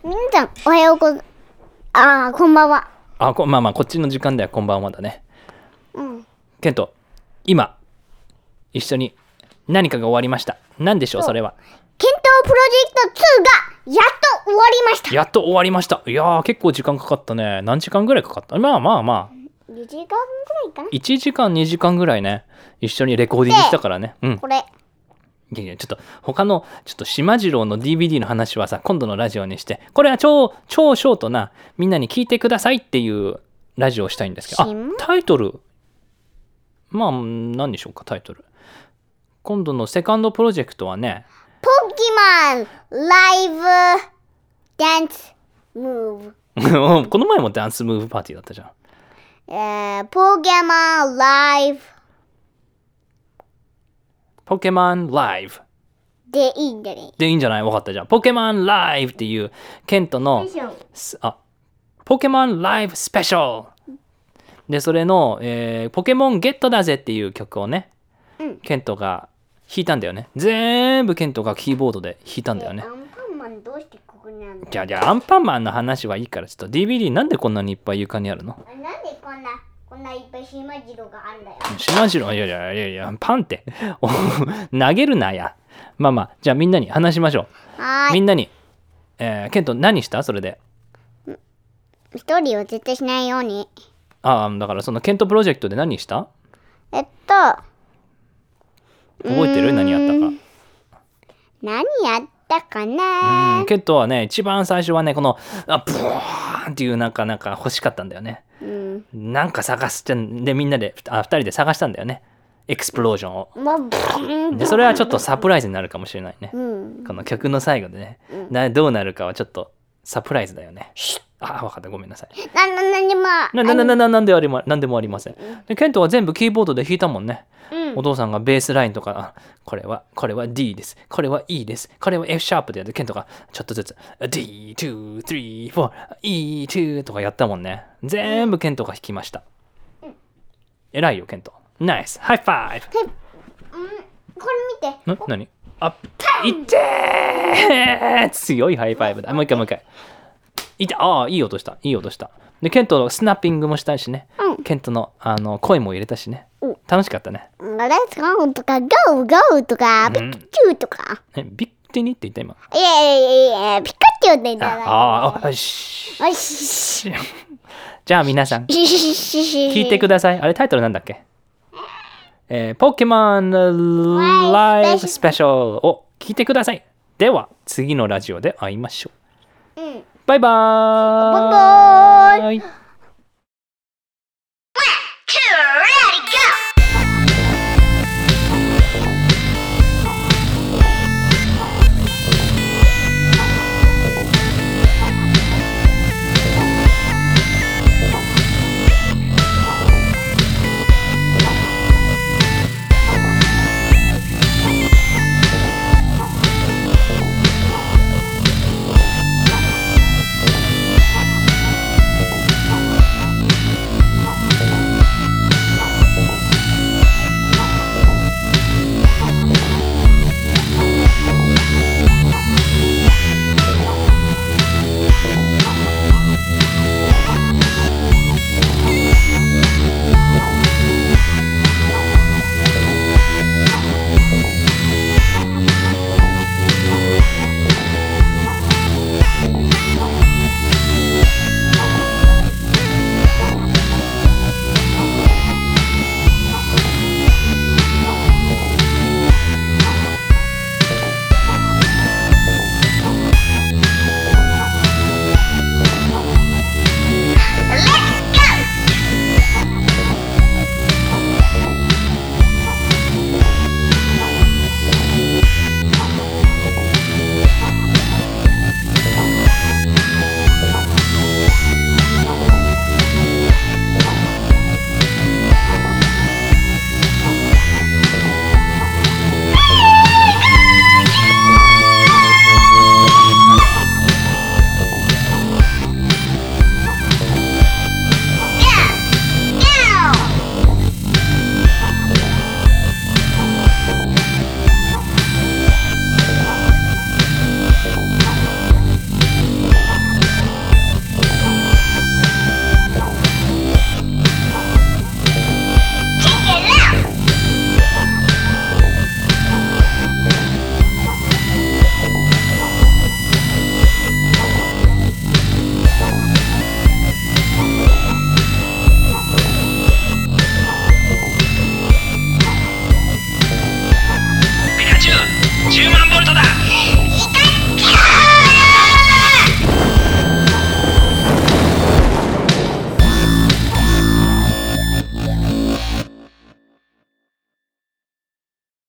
皆さんおはようござこんばんは。 まあこっちの時間ではこんばんはだね。ケント、今一緒に何かが終わりました。何でしょうそれは。 検討プロジェクト2がやっと終わりました。 やっと終わりました。いやー結構時間かかったね。何時間ぐらいかかった？まあ 2時間ぐらいかな。 1時間2時間ぐらいね、一緒にレコーディングしたからね。 これいやちょっと他のちょっと島次郎の DVD の話はさ、今度のラジオにして、これは超ショートな、みんなに聞いてくださいっていうラジオをしたいんですけど、タイトル何でしょうか。タイトル今度のセカンドプロジェクトはね、 ポケモンライブダンスムーブこの前もダンスムーブパーティーだったじゃん。 ポケモンライブポケモンライブでいいんだね。 でいいんじゃない？分かった。じゃあポケモンライブっていうケントのポケモンライブスペシャルで、それの、ポケモンゲットだぜっていう曲をね、ケントが弾いたんだよね。全部ケントがキーボードで弾いたんだよね。 アンパンマンどうしてここにあるの？ じゃあアンパンマンの話はいいから、ちょっと DVD なんでこんなにいっぱい床にあるの？ なんでこんないっぱい島次郎があるんだよ。 島次郎、いやパンって投げるなや。まあじゃあみんなに話しましょう。みんなに、ケント何した？それで一人は絶対しないように。 だからそのケントプロジェクトで何した？覚えてる？何やったか。 何やったかな。 ケントはね、一番最初はね、このブワーンっていうなんか欲しかったんだよね。なんか探してんで、みんなで2人で探したんだよね。エクスプロージョンを。でそれはちょっとサプライズになるかもしれないね。この曲の最後でね、どうなるかはちょっとサプライズだよね。分かった、ごめんなさい。 何でも何でもありません。でケントは全部キーボードで弾いたもんね。お父さんがベースラインとか、これは D です、これは E です、これは F シャープでやって、ケントがちょっとずつ D2、3、4、E2 とかやったもんね。全部ケントが弾きました。偉いよケント。ナイス、ハイファイブ。 これ見て。 何？いってー強いハイファイブだ。もう一回。いい音した。でケントのスナッピングもしたしね。ケントの声も入れたしね。楽しかったね。 レッツゴーとかゴーとかピカチュウとか。 ビッテニって言った今。 いやピカチュウって言ったら。 よし。じゃあ皆さん聞いてください。あれタイトルなんだっけ？ポケモンライブスペシャルを聞いてください。では次のラジオで会いましょう。バイバーイ。